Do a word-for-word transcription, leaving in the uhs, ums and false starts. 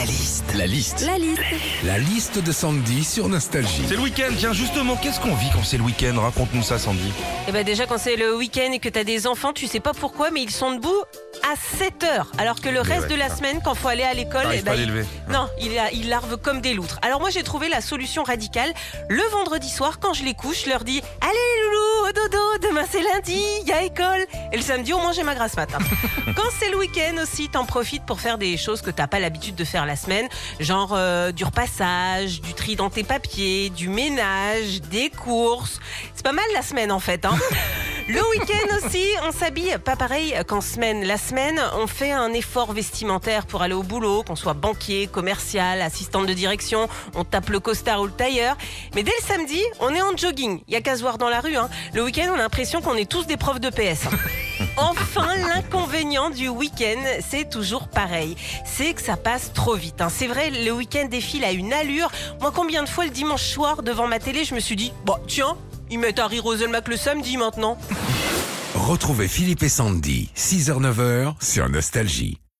La liste. La liste. La liste. La liste de Sandy sur Nostalgie. C'est le week-end, tiens justement, qu'est-ce qu'on vit quand c'est le week-end? Raconte-nous ça, Sandy. Eh ben déjà quand c'est le week-end et que t'as des enfants, tu sais pas pourquoi, mais ils sont debout à sept heures. Alors que le Mais reste ouais, de la ça. semaine, quand faut aller à l'école, T'arrives eh ben, pas à les ils- lever. non, ils, ils larvent comme des loutres. Alors moi j'ai trouvé la solution radicale. Le vendredi soir, quand je les couche, je leur dis « Allez les loulous, au dodo, demain c'est lundi, il y a école !» Et le samedi, au moins j'ai ma grasse mat. hein. Quand c'est le week-end aussi, t'en profites pour faire des choses que t'as pas l'habitude de faire la semaine. Genre euh, du repassage, du tri dans tes papiers, du ménage, des courses. C'est pas mal la semaine en fait. Hein. Le week-end aussi, on s'habille pas pareil qu'en semaine. La semaine, on fait un effort vestimentaire pour aller au boulot, qu'on soit banquier, commercial, assistante de direction, on tape le costard ou le tailleur. Mais dès le samedi, on est en jogging. Il y a qu'à se voir dans la rue. Hein. Le week-end, on a l'impression qu'on est tous des profs de P S. hein. Enfin, l'inconvénient du week-end, c'est toujours pareil. C'est que ça passe trop vite. hein. C'est vrai, le week-end défile à une allure. Moi, combien de fois le dimanche soir, devant ma télé, je me suis dit, bah tiens, ils mettent Harry Roselmack le samedi maintenant. Retrouvez Philippe et Sandy, six heures neuf heures sur Nostalgie.